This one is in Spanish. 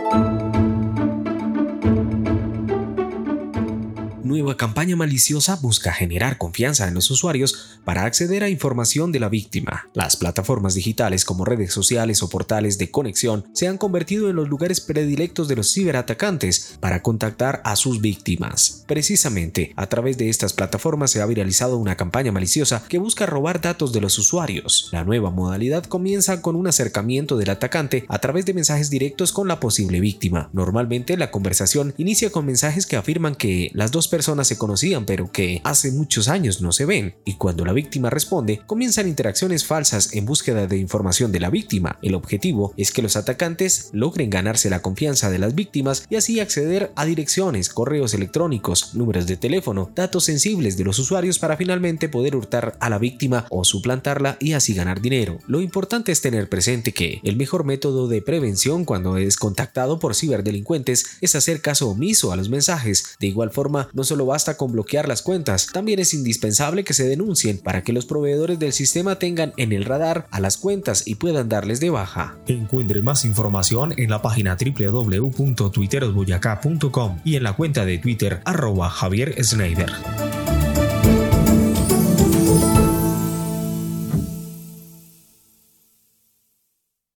Nueva campaña maliciosa busca generar confianza en los usuarios para acceder a información de la víctima. Las plataformas digitales como redes sociales o portales de conexión se han convertido en los lugares predilectos de los ciberatacantes para contactar a sus víctimas. Precisamente, a través de estas plataformas se ha viralizado una campaña maliciosa que busca robar datos de los usuarios. La nueva modalidad comienza con un acercamiento del atacante a través de mensajes directos con la posible víctima. Normalmente, la conversación inicia con mensajes que afirman que las dos personas se conocían pero que hace muchos años no se ven, y cuando la víctima responde, comienzan interacciones falsas en búsqueda de información de la víctima. El objetivo es que los atacantes logren ganarse la confianza de las víctimas y así acceder a direcciones, correos electrónicos, números de teléfono, datos sensibles de los usuarios para finalmente poder hurtar a la víctima o suplantarla y así ganar dinero. Lo importante es tener presente que el mejor método de prevención cuando es contactado por ciberdelincuentes es hacer caso omiso a los mensajes. De igual forma, no solo basta con bloquear las cuentas, también es indispensable que se denuncien para que los proveedores del sistema tengan en el radar a las cuentas y puedan darles de baja. Encuentre más información en la página www.twitterosboyacá.com y en la cuenta de Twitter @JavierSneider.